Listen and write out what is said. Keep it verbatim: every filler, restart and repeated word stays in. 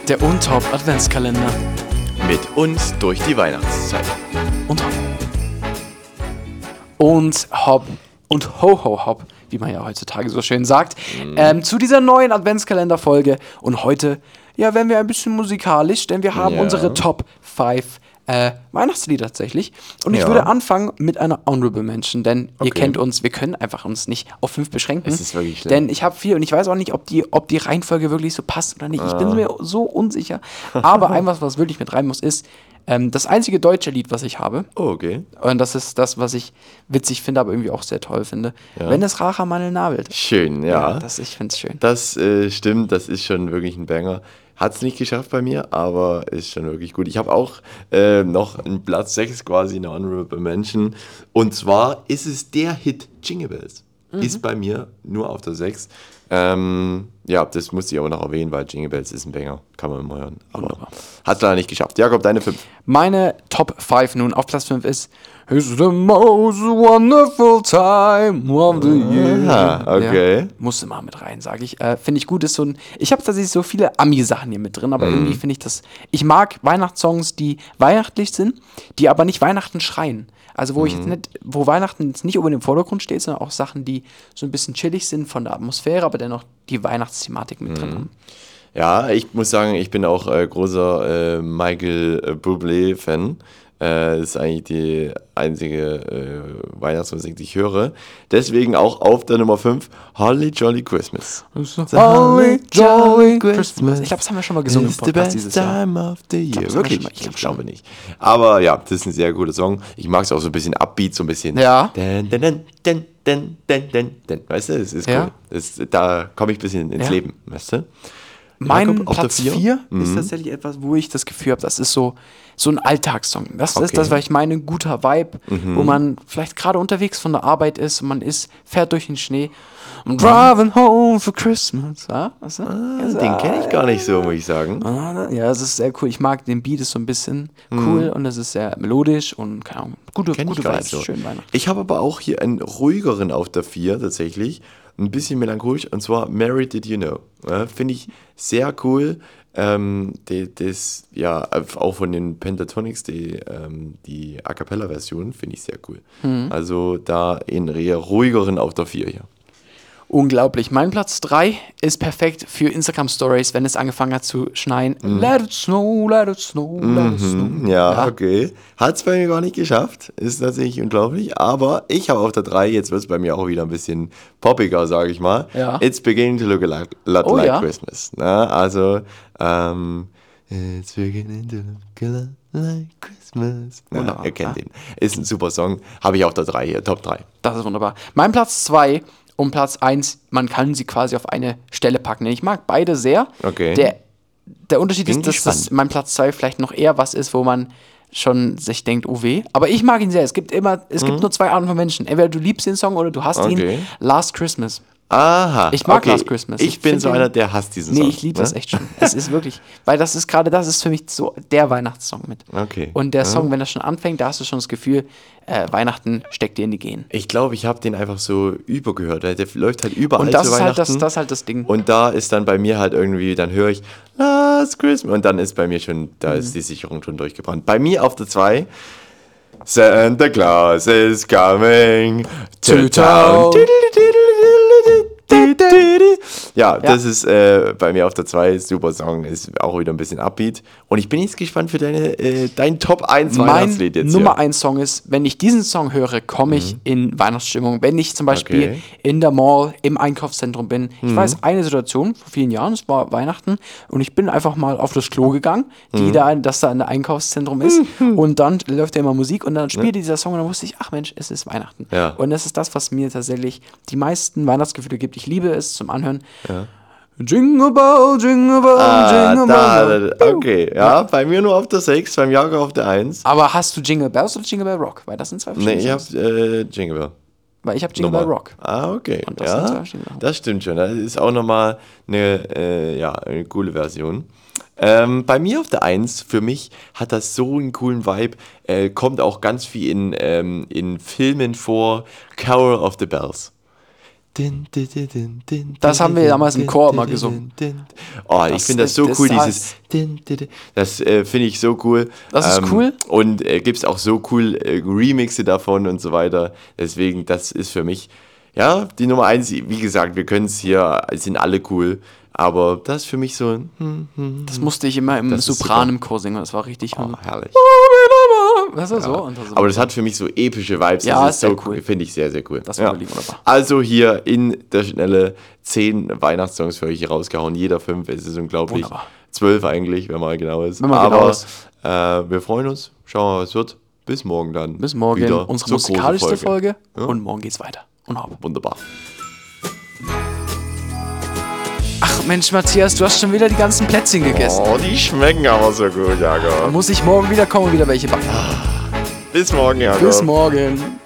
Der Untop Adventskalender. Mit uns durch die Weihnachtszeit. Und hopp. Und hopp. Und ho ho hopp, wie man ja heutzutage so schön sagt. Mm. Ähm, zu dieser neuen Adventskalenderfolge. Und heute, ja, werden wir ein bisschen musikalisch, denn wir haben Ja. unsere Top fünf äh, Weihnachtslieder tatsächlich. Und ich Ja. würde anfangen mit einer Honorable Mention, denn ihr Okay. kennt uns, wir können einfach uns nicht auf fünf beschränken. Es ist wirklich schlimm. Denn ich habe vier und ich weiß auch nicht, ob die, ob die Reihenfolge wirklich so passt oder nicht. Ich bin mir so unsicher. Aber ein was, was wirklich mit rein muss, ist ähm, das einzige deutsche Lied, was ich habe. Oh, okay. Und das ist das, was ich witzig finde, aber irgendwie auch sehr toll finde. Ja. Wenn es Racher Mandel nabelt. Schön, ja. Das, ich finde es schön. Das äh, stimmt, das ist schon wirklich ein Banger. Hat es nicht geschafft bei mir, aber ist schon wirklich gut. Ich habe auch äh, noch einen Platz sechs quasi, eine Honorable Mention. Und zwar ist es der Hit Jingle Bells. Mhm. Ist bei mir nur auf der sechs. Ähm, ja, das musste ich aber noch erwähnen, weil Jingle Bells ist ein Banger. Kann man immer hören. Aber hat es leider nicht geschafft. Jakob, deine fünf. Meine Top fünf nun auf Platz fünf ist It's the most wonderful time of the year. Aha, okay. Ja, musste mal mit rein, sage ich. Äh, finde ich gut, ist so ein. Ich habe tatsächlich so viele Ami-Sachen hier mit drin, aber irgendwie finde ich das. Ich mag Weihnachtssongs, die weihnachtlich sind, die aber nicht Weihnachten schreien. Also wo ich jetzt nicht, wo Weihnachten jetzt nicht unbedingt im Vordergrund steht, sondern auch Sachen, die so ein bisschen chillig sind von der Atmosphäre, aber dennoch die Weihnachtsthematik mit drin haben. Ja, ich muss sagen, ich bin auch äh, großer äh, Michael äh, Bublé-Fan. Äh, ist eigentlich die einzige äh, Weihnachtsmusik, die ich höre. Deswegen auch auf der Nummer fünf, Holly Jolly Christmas. Holly Jolly Christmas. Ich glaube, das haben wir schon mal gesungen im It's the Podcast best dieses Jahr. time of the year. das haben wir Wirklich? schon mal- ich Ich, glaub glaube nicht. Aber ja, das ist ein sehr guter Song. Ich mag es auch so ein bisschen Upbeat, so ein bisschen. Ja. Den, den, den, den, den, den, den, den. Weißt du, das ist Ja. cool. Das, da komme ich ein bisschen ins Ja. Leben, weißt du? Mein Jakob, auf der Platz vier? vier ist tatsächlich etwas, wo ich das Gefühl habe, das ist so, so ein Alltagssong. Das Okay. ist das, was ich meine, ein guter Vibe, wo man vielleicht gerade unterwegs von der Arbeit ist und man ist, fährt durch den Schnee und driving home for Christmas. Ja, weißt du? Also, Den kenne ich gar nicht so, muss ich sagen. ah, ja, es ist sehr cool. Ich mag den Beat, ist so ein bisschen cool und es ist sehr melodisch und keine Ahnung, gute, Kenn ich gute gar Vibes, nicht so. schön Weihnachten. Ich habe aber auch hier einen ruhigeren auf der vier tatsächlich. Ein bisschen melancholisch, und zwar Mary Did You Know. Ja, finde ich sehr cool. Ähm, die, das, ja, auch von den Pentatonics, die, ähm, die A Cappella-Version, finde ich sehr cool. Also da in eher ruhigeren auf der vier hier. Unglaublich. Mein Platz drei ist perfekt für Instagram-Stories, wenn es angefangen hat zu schneien. Let it snow, let it snow, let it snow. Ja, okay. Hat es bei mir gar nicht geschafft. Ist tatsächlich unglaublich. Aber ich habe auf der drei, jetzt wird es bei mir auch wieder ein bisschen poppiger, sage ich mal. Ja. It's beginning to look a lot, lot Oh, like ja. Christmas. Na, also, ähm, It's beginning to look a lot like Christmas. Na, Wunderbar. ihr kennt Ja. den. Ist ein super Song. Habe ich auf der drei hier, Top drei. Das ist wunderbar. Mein Platz zwei und Platz eins, man kann sie quasi auf eine Stelle packen. Ich mag beide sehr. Okay. Der, der Unterschied Bin ist, dass, dass gespannt. mein Platz zwei vielleicht noch eher was ist, wo man schon sich denkt, oh weh. Aber ich mag ihn sehr. Es gibt immer, es gibt nur zwei Arten von Menschen. Entweder du liebst den Song oder du hasst ihn. Mhm. Okay. Last Christmas. Aha. Ich mag okay. Last Christmas. Ich, Ich bin find so den- einer, der hasst diesen Nee, Song. ich liebe ne? das echt schon. Es ist wirklich, weil das ist gerade, das ist für mich so der Weihnachtssong mit. Okay. Und der Ja. Song, wenn er schon anfängt, da hast du schon das Gefühl, äh, Weihnachten steckt dir in die Genen. Ich glaube, ich habe den einfach so übergehört. weil Der läuft halt überall Und das zu ist halt das, Weihnachten. das ist halt das Ding. Und da ist dann bei mir halt irgendwie, dann höre ich Last Christmas und dann ist bei mir schon, da Mhm. ist die Sicherung schon durchgebrannt. Bei mir auf der zwei, Santa Claus is coming to To town. town. Ja, das ist äh, bei mir auf der zwei, super Song, ist auch wieder ein bisschen Upbeat. Und ich bin jetzt gespannt für deine, äh, dein Top eins Mein Weihnachtslied jetzt Nummer hier. eins Song ist, wenn ich diesen Song höre, komme ich in Weihnachtsstimmung. Wenn ich zum Beispiel Okay. in der Mall, im Einkaufszentrum bin. Ich weiß, eine Situation vor vielen Jahren, es war Weihnachten, und ich bin einfach mal auf das Klo gegangen, die da, das da ein Einkaufszentrum ist, und dann läuft da immer Musik und dann spielte dieser Song und dann wusste ich, ach Mensch, es ist Weihnachten. Ja. Und das ist das, was mir tatsächlich die meisten Weihnachtsgefühle gibt. Ich liebe es zum Anhören. Jingle Bell, Jingle Bell, Ah, Jingle da, Bell. da, okay, ja, bei mir nur auf der sechs, beim Jakob auf der eins. Aber hast du Jingle Bells oder Jingle Bell Rock? Weil das sind zwei verschiedene Nee, ich Songs. hab äh, Jingle Bell. Weil ich habe Jingle Nummer. Bell Rock. Ah, okay. Und das sind zwei ja, verschiedene Sachen. das stimmt schon. Das ist auch nochmal eine, äh, ja, eine coole Version. Ähm, bei mir auf der eins, für mich hat das so einen coolen Vibe, äh, kommt auch ganz viel in, ähm, in Filmen vor, Carol of the Bells. Das haben wir damals im Chor immer gesungen. Oh, ich Das- finde das so das- cool, das- dieses. Das äh, finde ich so cool. Das ist cool. Und äh, gibt es auch so cool äh, Remixe davon und so weiter. Deswegen, das ist für mich, ja, die Nummer eins. Wie gesagt, wir können es hier, es sind alle cool. Aber das ist für mich so ein. Hm, hm, Das musste ich immer im Das ist Sopran super. im Chor singen. Das war richtig. oh, herrlich. Weißt du, so? Und das, Aber das hat für mich so epische Vibes. Ja, das ist ist so sehr cool. Finde ich sehr, sehr cool. Das war wirklich wunderbar. Also hier in der Schnelle zehn Weihnachtssongs für euch hier rausgehauen. Jeder fünf. Es ist unglaublich. Wunderbar. Zwölf eigentlich, wenn man genau ist. Wenn man Aber genau ist. Äh, wir freuen uns. Schauen wir mal, was wird. Bis morgen dann. Bis morgen. Wieder Unsere zur großen musikalischste Folge. Ja. Und morgen geht's weiter. Und hab. Wunderbar. Ach Mensch, Matthias, du hast schon wieder die ganzen Plätzchen gegessen. Oh, die schmecken aber so gut, Da Jakob. muss ich morgen wieder kommen und wieder welche backen. Bis morgen, Jakob. Bis morgen.